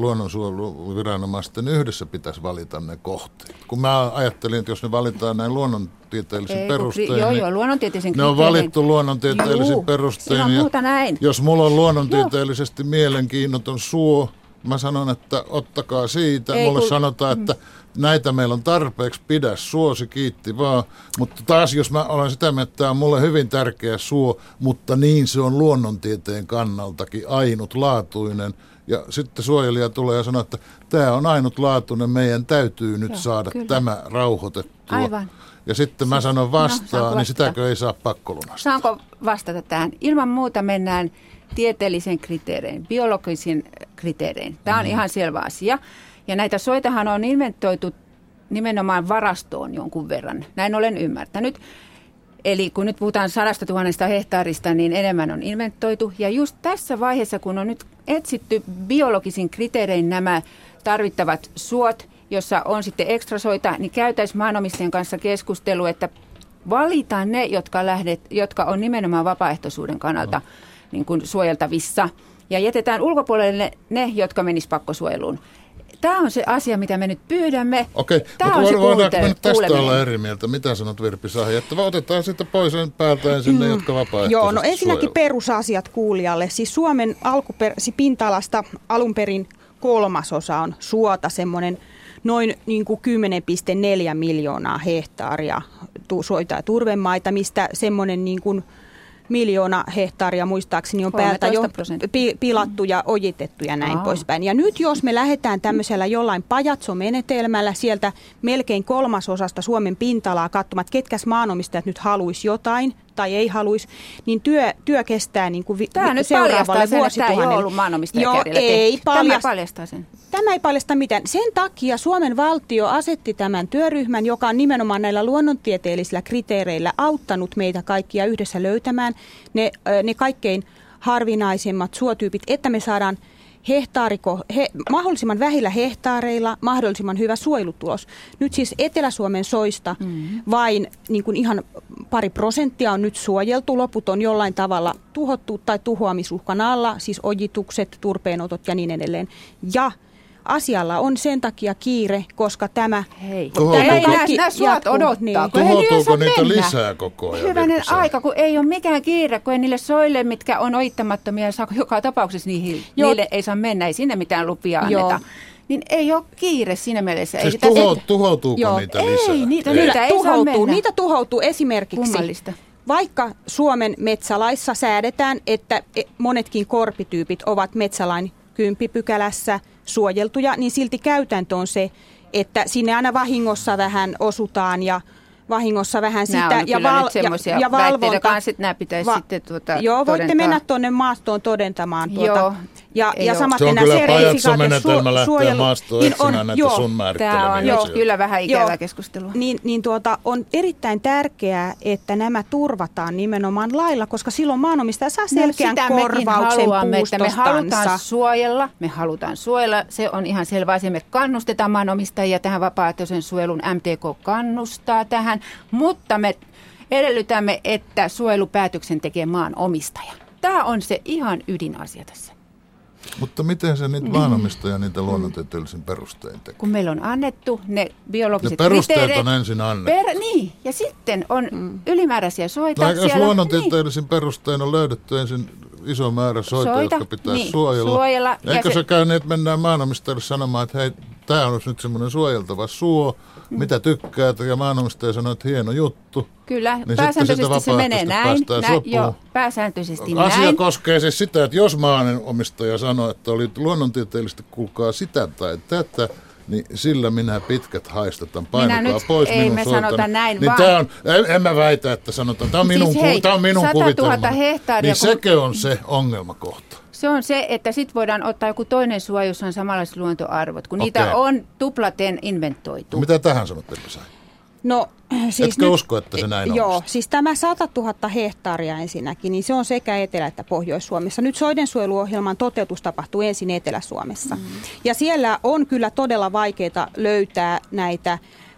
luonnonsuojeluviranomaisten yhdessä pitäisi valita ne kohteet? Kun mä ajattelin, että jos ne valitaan näin luonnontieteellisin perustein, ne on valittu luonnontieteellisin perustein. Jos mulla on luonnontieteellisesti mielenkiinnoton suo, mä sanon, että ottakaa siitä. Mulle sanotaan, että näitä meillä on tarpeeksi, pidä suosi, kiitti vaan. Mutta taas jos mä olen sitä mieltä, että tämä on mulle hyvin tärkeä suo, mutta niin se on luonnontieteen kannaltakin ainutlaatuinen. Ja sitten suojelija tulee ja sanoo, että tämä on ainutlaatuinen, meidän täytyy nyt saada tämä rauhoitettua. Aivan. Ja sitten mä sanon vastaan, niin sitäkö ei saa pakkolunasta? Saanko vastata tähän? Ilman muuta mennään tieteellisen kriteerein, biologisen kriteerein. Tämä on ihan selvä asia. Ja näitä soitahan on inventoitu nimenomaan varastoon jonkun verran. Näin olen ymmärtänyt. Eli kun nyt puhutaan 100 000 hehtaarista, niin enemmän on inventoitu. Ja just tässä vaiheessa, kun on nyt etsitty biologisin kriteerein nämä tarvittavat suot, jossa on sitten ekstrasoita, niin käytäisiin maanomistajien kanssa keskustelu, että valitaan ne, jotka on nimenomaan vapaaehtoisuuden kannalta niin kuin suojeltavissa. Ja jätetään ulkopuolelle ne, jotka menis pakkosuojeluun. Tämä on se asia, mitä me nyt pyydämme. Okei, mutta voidaanko me nyt tästä olla eri mieltä? Mitä sanot Virpi Sahi? Että otetaan sitten pois päältä sinne, jotka vapaaehtoisesti Joo, no ensinnäkin perusasiat kuulijalle. Siis Suomen pinta-alasta alun perin 1/3 on suota, semmoinen noin niin kuin 10,4 miljoonaa hehtaaria soita ja turvemaita, mistä semmoinen niin kuin 1 miljoona hehtaaria muistaakseni on päältä jo pilattu ja ojitettu ja näin poispäin. Ja nyt jos me lähdetään tämmöisellä jollain pajatsomenetelmällä sieltä melkein 1/3 Suomen pinta-alaa katsomaan, että ketkäs maanomistajat nyt haluaisi jotain tai ei haluaisi, niin työ kestää niin kuin seuraavalle vuosituhannelle. Tämä ei ole ollut maanomistajakärjellä Tämä paljastaa sen. Tämä ei paljasta mitään. Sen takia Suomen valtio asetti tämän työryhmän, joka on nimenomaan näillä luonnontieteellisillä kriteereillä auttanut meitä kaikkia yhdessä löytämään ne kaikkein harvinaisemmat suotyypit, että me saadaan mahdollisimman vähillä hehtaareilla mahdollisimman hyvä suojelutulos. Nyt siis Etelä-Suomen soista vain niin kuin ihan 2% on nyt suojeltu, loput on jollain tavalla tuhottu tai tuhoamisuhkan alla, siis ojitukset, turpeenotot ja niin edelleen. Ja asialla on sen takia kiire, koska tämä... Nämä suot odottaa. Tuhoutuuko niitä lisää koko ajan? Hyvänen aika, kun ei ole mikään kiire, kun ei niille soille, mitkä on ojittamattomia, joka tapauksessa niille ei saa mennä, ei sinne mitään lupia anneta. Niin ei ole kiire siinä mielessä. Siis tuhoutuuko niitä lisää? Ei, niitä ei saa mennä. Niitä tuhoutuu esimerkiksi. Kummallista. Vaikka Suomen metsälaissa säädetään, että monetkin korpityypit ovat metsälain 10 pykälässä suojeltuja, niin silti käytäntö on se, että sinne aina vahingossa vähän osutaan ja vahingossa vähän nämä sitä. On kyllä nyt semmoisia väitteitä kanssa, että nämä pitäisi sitten Joo, voitte todentaa. Mennä tuonne maastoon todentamaan Joo. Ja samaten nämä sertifikaatit. Se on kyllä pajatsomenetelmä lähteä maastoon etsimään näitä sun määrittelemiä. Tämä on nyt kyllä vähän ikävää keskustelua. On erittäin tärkeää, että nämä turvataan nimenomaan lailla, koska silloin maanomistaja saa selkeän korvauksen puustostansa. Me halutaan suojella. Se on ihan selvä asia. Me kannustetaan maanomistajia tähän vapaaehtoisen suojelun. MTK kannustaa tähän, mutta me edellytämme, että suojelupäätöksen tekee maanomistaja. Tämä on se ihan ydinasia tässä. Mutta miten se niitä maanomistaja niitä luonnontieteellisin perustein tekee? Kun meillä on annettu ne biologiset perusteet kriteerit. on ensin annettu. Niin, ja sitten on ylimääräisiä soita. Tai jos luonnontieteellisin perustein on löydetty ensin iso määrä soita jotka pitäisi suojella. Eikö se käy niin, että mennään maanomistajalle sanomaan, että hei, tämä on nyt semmoinen suojeltava suo, mitä tykkäät, ja maanomistaja sanoo, että hieno juttu. Kyllä, niin pääsääntöisesti se menee näin. Pääsääntöisesti Asia näin. koskee siis sitä, että jos maanomistaja sanoo, että oli luonnontieteellisesti kuulkaa sitä tai tätä, niin sillä minä pitkät haistetaan. Painakaa pois ei minun me soitani. sanota näin, niin vaan... en mä väitä, että sanotaan. Tämä on minun, siis tämä on minun 100 000 kuvitelmani. hehtaaria. Niin sekö on se ongelmakohta? Se on se, että sitten voidaan ottaa joku toinen suo, jossa on samanlaiset luontoarvot, kun niitä on tuplaten inventoitu. Mitä tähän sanot, Pesä? No, siis etkö usko, että se näin on? Joo, siis tämä 100 000 hehtaaria ensinnäkin, niin se on sekä Etelä- että Pohjois-Suomessa. Nyt soidensuojeluohjelman toteutus tapahtuu ensin Etelä-Suomessa. Ja siellä on kyllä todella vaikeaa löytää näitä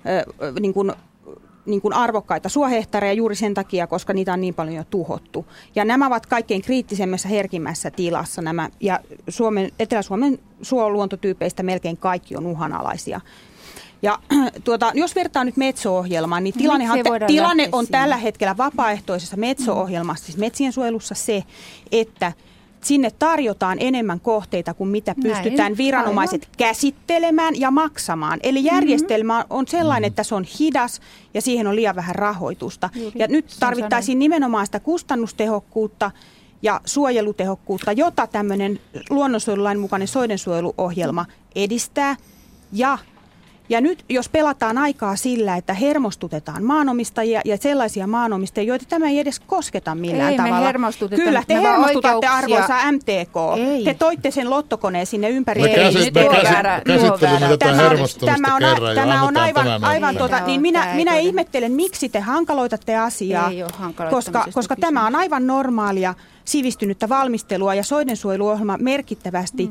niin kuin arvokkaita suohehtaareja juuri sen takia, koska niitä on niin paljon jo tuhottu. Ja nämä ovat kaikkein kriittisemmässä, herkimmässä tilassa nämä. Ja Etelä-Suomen suoluontotyypeistä melkein kaikki on uhanalaisia. Ja jos vertaa nyt Metso-ohjelmaan, niin tilanne on tällä hetkellä vapaaehtoisessa Metso-ohjelmassa, siis metsien suojelussa se, että sinne tarjotaan enemmän kohteita kuin mitä pystytään viranomaiset käsittelemään ja maksamaan. Eli järjestelmä on sellainen, että se on hidas ja siihen on liian vähän rahoitusta. Ja nyt tarvittaisiin nimenomaan sitä kustannustehokkuutta ja suojelutehokkuutta, jota tämmöinen luonnonsuojelulain mukainen soidensuojeluohjelma edistää. Ja nyt jos pelataan aikaa sillä, että hermostutetaan maanomistajia ja sellaisia maanomistajia, joita tämä ei edes kosketa millään tavalla. Me hermostuteta. Kyllä, te hermostutatte arvoisa MTK. Ei. Te toitte sen lottokoneen sinne ympäri. Me käsittelimme tätä hermostumista kerran. Tämä on aivan niin minä ihmettelen, miksi te hankaloitatte asiaa, koska tämä on aivan normaalia sivistynyttä valmistelua ja soidensuojeluohjelma merkittävästi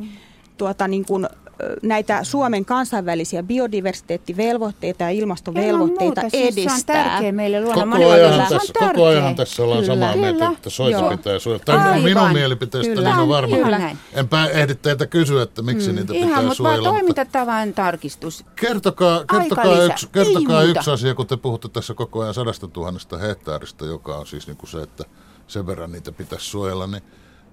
näitä Suomen kansainvälisiä biodiversiteettivelvoitteita ja ilmastovelvoitteita edistää. Se on tärkeä meille luonnon Koko ajan tässä ollaan samaa mieltä, että soita pitää suojella. Tämä on minun mielipiteestä, niin on varma. Enpä ehdi teitä kysyä, että miksi niitä pitää suojella. Ihan, mutta toimintatavan tarkistus. Kertokaa yksi asia, kun te puhutte tässä koko ajan 100 000 hehtaarista, joka on siis niin kuin se, että sen verran niitä pitäisi suojella, niin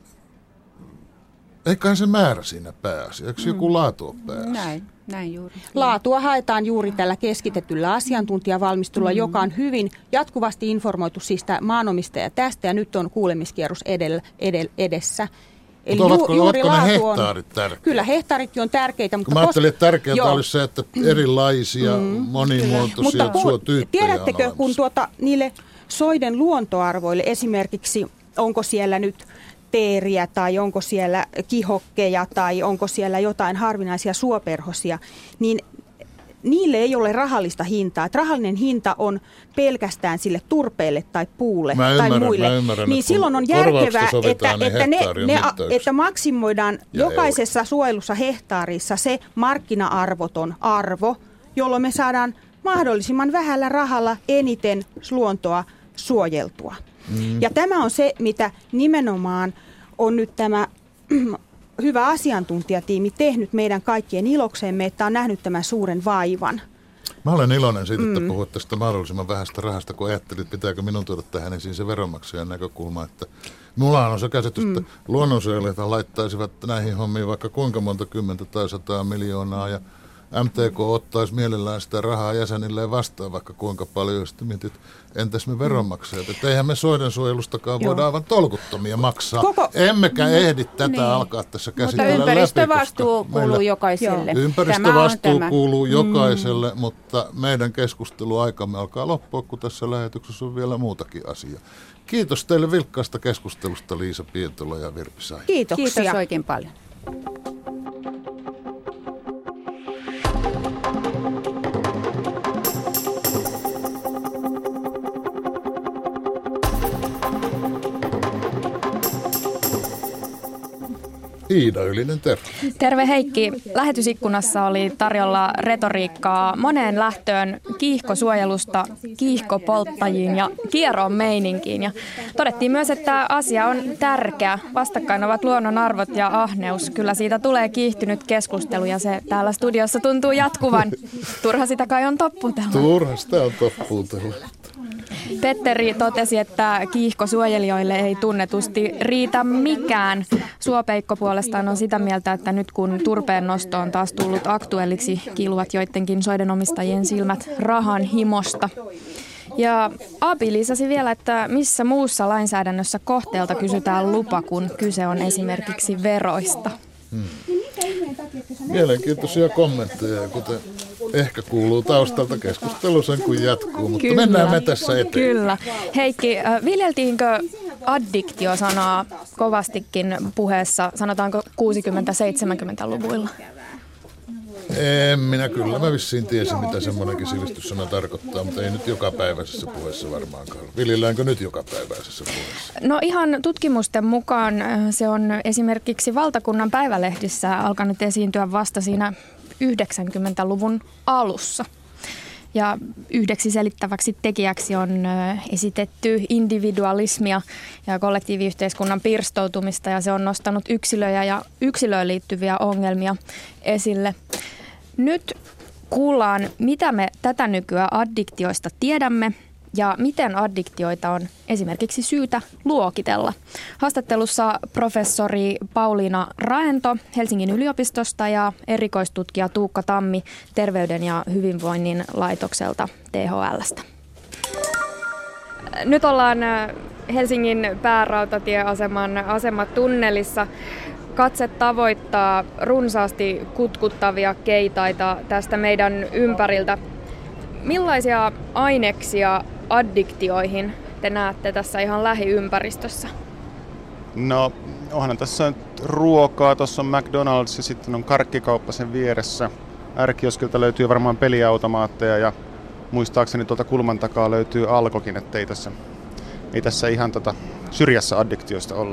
eiköhän se määrä siinä pääasia. Eikö joku laatu ole pääasia? Näin juuri. Laatua haetaan juuri tällä keskitetyllä asiantuntijavalmistelulla, joka on hyvin jatkuvasti informoitu siis maanomistajaa tästä, ja nyt on kuulemiskierros edessä. Eli ovatko ne hehtaarit tärkeitä? Kyllä, hehtaaritkin on tärkeitä. Mutta mä ajattelin, että tärkeää olisi se, että erilaisia monimuotoisia suotyyppejä tiedättekö, kun niille soiden luontoarvoille esimerkiksi, onko siellä nyt teeriä tai onko siellä kihokkeja tai onko siellä jotain harvinaisia suoperhosia, niin niille ei ole rahallista hintaa. Että rahallinen hinta on pelkästään sille turpeelle tai puulle tai muille. Niin silloin on järkevää, että maksimoidaan jokaisessa suojelussa hehtaarissa se markkina-arvoton arvo, jolloin me saadaan mahdollisimman vähällä rahalla eniten luontoa suojeltua. Ja tämä on se, mitä nimenomaan on nyt tämä hyvä asiantuntijatiimi tehnyt meidän kaikkien iloksemme, että on nähnyt tämän suuren vaivan. Mä olen iloinen siitä, että puhuit tästä mahdollisimman vähästä rahasta, kun ajattelit, pitääkö minun tuoda tähän ensin se veronmaksajan näkökulma, että mullahan on se käsitys, että luonnonsuojelijat laittaisivat näihin hommiin vaikka kuinka monta 10 tai 100 miljoonaa ja MTK ottaisi mielellään sitä rahaa jäsenilleen vastaan vaikka kuinka paljon, ja sitten mietit, entäs me veronmaksajat, että eihän me soidensuojelustakaan voida aivan tolkuttomia maksaa, emmekä ehdi tätä alkaa tässä käsitellä läpi. Mutta ympäristövastuu kuuluu jokaiselle. Ympäristövastuu kuuluu jokaiselle, mutta meidän keskusteluaikamme alkaa loppua, kun tässä lähetyksessä on vielä muutakin asiaa. Kiitos teille vilkkaasta keskustelusta, Liisa Pietola ja Virpi Saija. Kiitoksia. Kiitos oikein paljon. Iida Ylinen, terve. Terve Heikki. Lähetysikkunassa oli tarjolla retoriikkaa moneen lähtöön kiihkosuojelusta kiihkopolttajiin ja kieroon meininkiin. Ja todettiin myös, että asia on tärkeä. Vastakkain ovat luonnon arvot ja ahneus. Kyllä siitä tulee kiihtynyt keskustelu ja se täällä studiossa tuntuu jatkuvan. Turha sitä kai on topputella. Turha sitä on topputella. Petteri totesi, että kiihkosuojelijoille ei tunnetusti riitä mikään. Suopeikko puolestaan on sitä mieltä, että nyt kun turpeen nosto on taas tullut aktuelliksi, kiiluvat joidenkin soidenomistajien silmät rahan himosta. Ja Abi lisäsi vielä, että missä muussa lainsäädännössä kohteelta kysytään lupa, kun kyse on esimerkiksi veroista. Mielenkiintoisia kommentteja, kuten ehkä kuuluu taustalta keskustelu sen kun jatkuu, mutta kyllä. Mennään me tässä eteenpäin. Kyllä. Heikki, viljeltiinkö addiktio-sanaa kovastikin puheessa, sanotaanko 60-70-luvuilla? En minä kyllä. Mä vissiin tiesin, mitä semmoinenkin sivistyssana tarkoittaa, mutta ei nyt jokapäiväisessä puheessa varmaankaan. Viljelläänkö nyt jokapäiväisessä puheessa? No ihan tutkimusten mukaan se on esimerkiksi Valtakunnan päivälehdissä alkanut esiintyä vasta siinä 90-luvun alussa. Ja yhdeksi selittäväksi tekijäksi on esitetty individualismia ja kollektiiviyhteiskunnan pirstoutumista, ja se on nostanut yksilöjä ja yksilöön liittyviä ongelmia esille. Nyt kuullaan, mitä me tätä nykyään addiktioista tiedämme ja miten addiktioita on esimerkiksi syytä luokitella. Haastattelussa professori Pauliina Raento Helsingin yliopistosta ja erikoistutkija Tuukka Tammi Terveyden ja hyvinvoinnin laitokselta THL:stä. Nyt ollaan Helsingin päärautatieaseman asematunnelissa. Katse tavoittaa runsaasti kutkuttavia keitaita tästä meidän ympäriltä. Millaisia aineksia addiktioihin te näette tässä ihan lähiympäristössä? No, onhan tässä nyt ruokaa. Tuossa on McDonald's ja sitten on karkkikauppa sen vieressä. R-kioskilta löytyy varmaan peliautomaatteja ja muistaakseni tuolta kulman takaa löytyy Alkokin, että ei tässä ihan syrjässä addiktioista olla.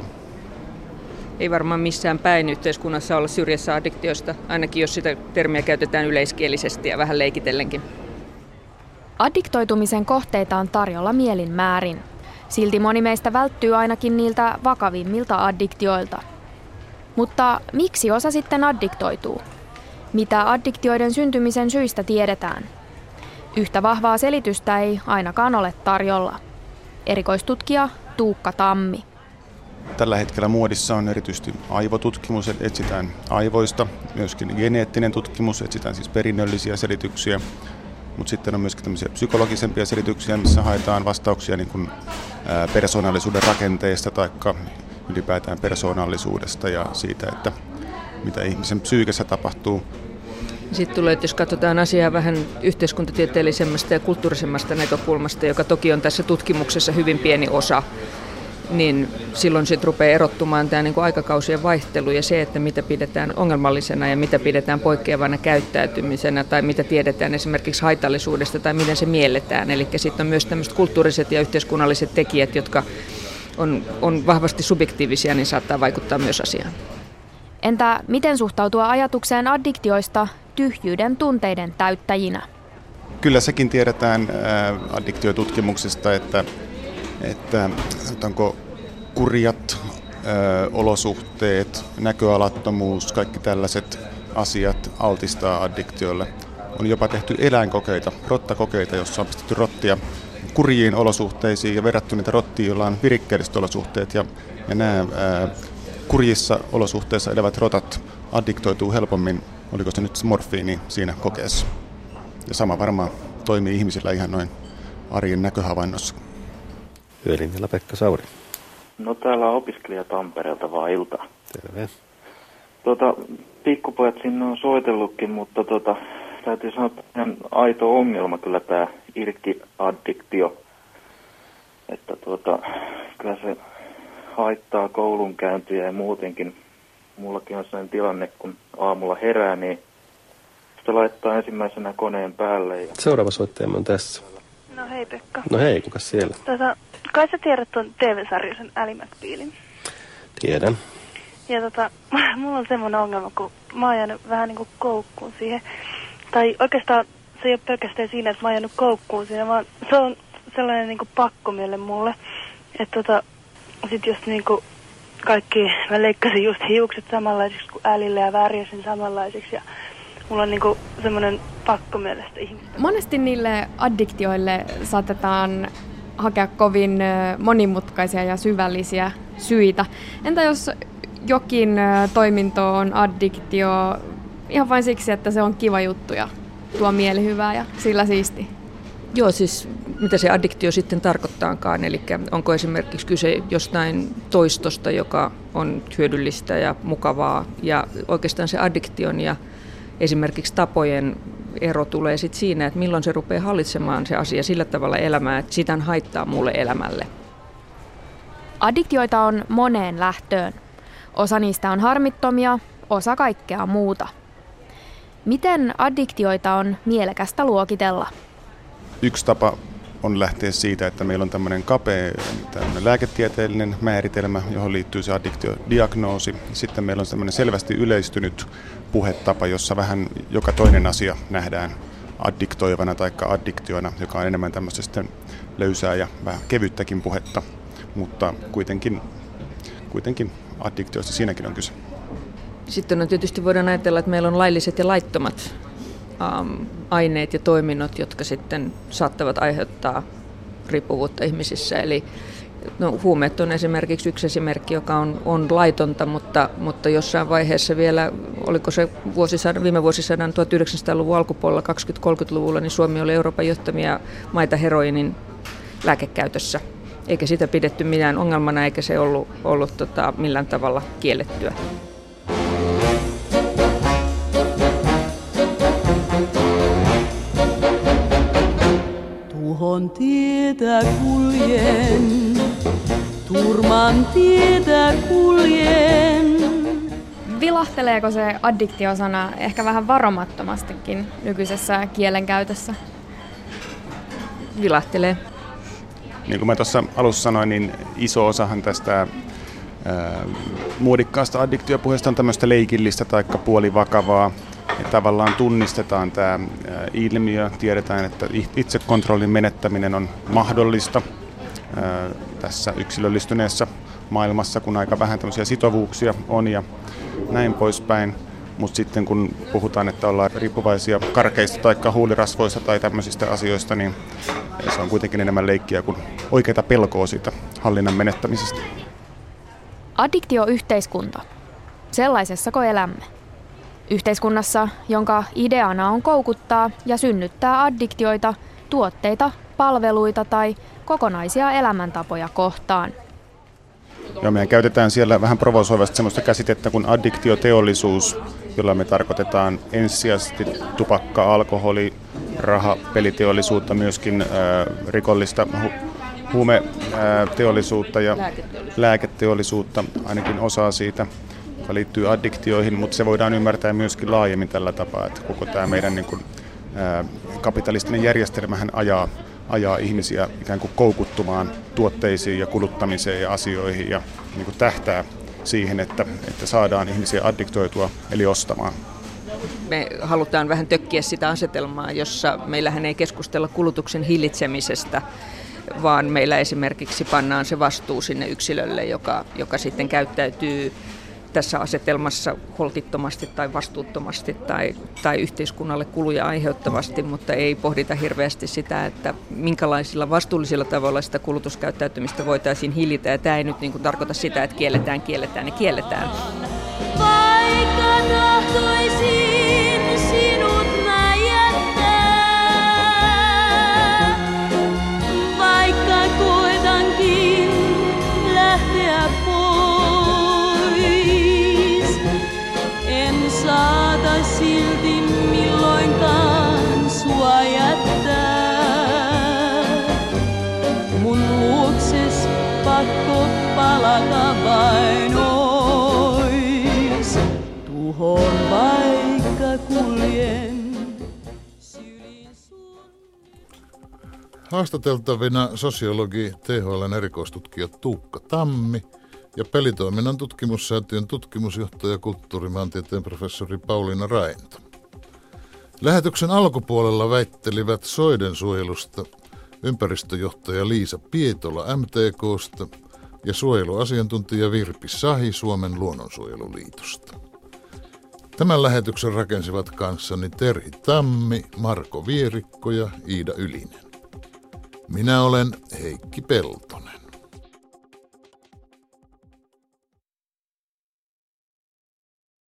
Ei varmaan missään päin yhteiskunnassa olla syrjässä addiktiosta, ainakin jos sitä termiä käytetään yleiskielisesti ja vähän leikitellenkin. Addiktoitumisen kohteita on tarjolla mielin määrin. Silti moni meistä välttyy ainakin niiltä vakavimmilta addiktioilta. Mutta miksi osa sitten addiktoituu? Mitä addiktioiden syntymisen syistä tiedetään? Yhtä vahvaa selitystä ei ainakaan ole tarjolla. Erikoistutkija Tuukka Tammi. Tällä hetkellä muodissa on erityisesti aivotutkimus, etsitään aivoista, myöskin geneettinen tutkimus, etsitään siis perinnöllisiä selityksiä. Mutta sitten on myöskin tämmöisiä psykologisempia selityksiä, missä haetaan vastauksia niin kuin persoonallisuuden rakenteesta tai ylipäätään persoonallisuudesta ja siitä, että mitä ihmisen psyykessä tapahtuu. Sitten tulee, että jos katsotaan asiaa vähän yhteiskuntatieteellisemmästä ja kulttuurisemmasta näkökulmasta, joka toki on tässä tutkimuksessa hyvin pieni osa, niin silloin sitten rupeaa erottumaan tämä niin kuin aikakausien vaihtelu ja se, että mitä pidetään ongelmallisena ja mitä pidetään poikkeavana käyttäytymisenä tai mitä tiedetään esimerkiksi haitallisuudesta tai miten se mielletään. Eli sitten on myös tämmöiset kulttuuriset ja yhteiskunnalliset tekijät, jotka on vahvasti subjektiivisia, niin saattaa vaikuttaa myös asiaan. Entä miten suhtautua ajatukseen addiktioista tyhjyyden tunteiden täyttäjinä? Kyllä sekin tiedetään addiktiotutkimuksesta, että sanotaanko kurjat olosuhteet, näköalattomuus, kaikki tällaiset asiat altistaa addiktioille. On jopa tehty eläinkokeita, rottakokeita, jossa on pistetty rottia kurjiin olosuhteisiin ja verrattu niitä rottiin, joilla on virikkeelliset olosuhteet. Ja nämä kurjissa olosuhteissa elävät rotat addiktoituu helpommin, oliko se nyt morfiini siinä kokeessa. Ja sama varmaan toimii ihmisillä ihan noin arjen näköhavainnossa. Yölinjalla Pekka Sauri. No täällä on opiskelija Tampereelta vaan ilta. Terve. Pikkupojat sinne on soitellutkin, mutta täytyy sanoa, että ihan aito ongelma kyllä tämä irkki-addiktio. Että kyllä se haittaa koulunkäyntiä ja muutenkin. Mullakin on sellainen tilanne, kun aamulla herää, niin sitä laittaa ensimmäisenä koneen päälle. Ja... Seuraava soittajamme on tässä. No hei Pekka. No hei, kukas siellä? Kai sä tiedät tuon TV-sarjan Ally McBealin? Tiedän. Ja mulla on semmoinen ongelma, kun mä oon jäänyt vähän niin kuin koukkuun siihen. Tai oikeastaan se ei ole pelkästään siinä, että mä oon jäänyt koukkuun siinä, vaan se on sellainen niin kuin pakkomielle mulle. Että sit just niin kuin mä leikkasin just hiukset samanlaisiksi kuin Älille ja värjäsin samanlaisiksi. Ja mulla on niin kuin semmoinen pakkomielestä ihmistä. Monesti niille addiktioille saatetaan hakea kovin monimutkaisia ja syvällisiä syitä. Entä jos jokin toiminto on addiktio ihan vain siksi, että se on kiva juttu ja tuo mielihyvää ja sillä siisti? Joo, siis mitä se addiktio sitten tarkoittaakaan, eli onko esimerkiksi kyse jostain toistosta, joka on hyödyllistä ja mukavaa, ja oikeastaan se addiktion ja esimerkiksi tapojen ero tulee sitten siinä, että milloin se rupeaa hallitsemaan se asia sillä tavalla elämää, että sitä haittaa muulle elämälle. Addiktioita on moneen lähtöön. Osa niistä on harmittomia, osa kaikkea muuta. Miten addiktioita on mielekästä luokitella? Yksi tapa on lähteä siitä, että meillä on tämmöinen kapea lääketieteellinen määritelmä, johon liittyy se addiktiodiagnoosi. Sitten meillä on tämmöinen selvästi yleistynyt puhetapa, jossa vähän joka toinen asia nähdään addiktoivana tai addiktiona, joka on enemmän tämmöistä löysää ja vähän kevyttäkin puhetta, mutta kuitenkin addiktioista siinäkin on kyse. Sitten tietysti voidaan ajatella, että meillä on lailliset ja laittomat aineet ja toiminnot, jotka sitten saattavat aiheuttaa riippuvuutta ihmisissä. Eli huumeet on esimerkiksi yksi esimerkki, joka on laitonta, mutta jossain vaiheessa vielä, oliko se viime vuosisadan 1900-luvun alkupuolella 20-30-luvulla, niin Suomi oli Euroopan johtamia maita heroinin lääkekäytössä. Eikä sitä pidetty mitään ongelmana, eikä se ollut millään tavalla kiellettyä. Tuhon tietä kuljen, turman tietä kuljen. Vilahteleeko se addiktio-sana ehkä vähän varomattomastikin nykyisessä kielenkäytössä? Vilahtelee. Niin kuin mä tuossa alussa sanoin, niin iso osahan tästä muodikkaasta addiktiopuheesta on tämmöistä leikillistä tai puolivakavaa. Ja tavallaan tunnistetaan tämä ilmiö, tiedetään, että itsekontrollin menettäminen on mahdollista tässä yksilöllistyneessä maailmassa, kun aika vähän tämmöisiä sitovuuksia on ja näin poispäin. Mutta sitten kun puhutaan, että ollaan riippuvaisia karkeista tai huulirasvoista tai tämmöisistä asioista, niin se on kuitenkin enemmän leikkiä kuin oikeaa pelkoa siitä hallinnan menettämisestä. Addiktioyhteiskunta. Sellaisessako elämme? Yhteiskunnassa, jonka ideana on koukuttaa ja synnyttää addiktioita, tuotteita, palveluita tai kokonaisia elämäntapoja kohtaan. Ja me käytetään siellä vähän provosoivasti sellaista käsitettä kuin addiktioteollisuus, jolla me tarkoitetaan ensisijaisesti tupakka, alkoholi, rahapeliteollisuutta, myöskin rikollista huumeteollisuutta ja lääketeollisuutta, ainakin osaa siitä, joka liittyy addiktioihin, mutta se voidaan ymmärtää myöskin laajemmin tällä tapaa, että koko tämä meidän kapitalistinen järjestelmähän ajaa ihmisiä ikään kuin koukuttumaan tuotteisiin ja kuluttamiseen ja asioihin ja tähtää siihen, että saadaan ihmisiä addiktoitua eli ostamaan. Me halutaan vähän tökkiä sitä asetelmaa, jossa meillähän ei keskustella kulutuksen hillitsemisestä, vaan meillä esimerkiksi pannaan se vastuu sinne yksilölle, joka sitten käyttäytyy tässä asetelmassa holtittomasti tai vastuuttomasti tai yhteiskunnalle kuluja aiheuttavasti, mutta ei pohdita hirveästi sitä, että minkälaisilla vastuullisilla tavoilla sitä kulutuskäyttäytymistä voitaisiin hillitä. Ja tämä ei nyt tarkoita sitä, että kielletään ja kielletään. Vaikka tahtoisin sinut mä jättää, vaikka koetankin lähteä pois, en saata silti milloinkaan sua jättää. Mun luokses pakko palata vain ois, tuhon vaikka kuljen. Haastateltavina sosiologi THL:n erikoistutkija Tuukka Tammi ja Pelitoiminnan tutkimussäätiön tutkimusjohtaja kulttuurimaantieteen professori Pauliina Raento. Lähetyksen alkupuolella väittelivät soidensuojelusta ympäristöjohtaja Liisa Pietola MTK:sta ja suojeluasiantuntija Virpi Sahi Suomen luonnonsuojeluliitosta. Tämän lähetyksen rakensivat kanssani Terhi Tammi, Marko Vierikko ja Iida Ylinen. Minä olen Heikki Peltonen.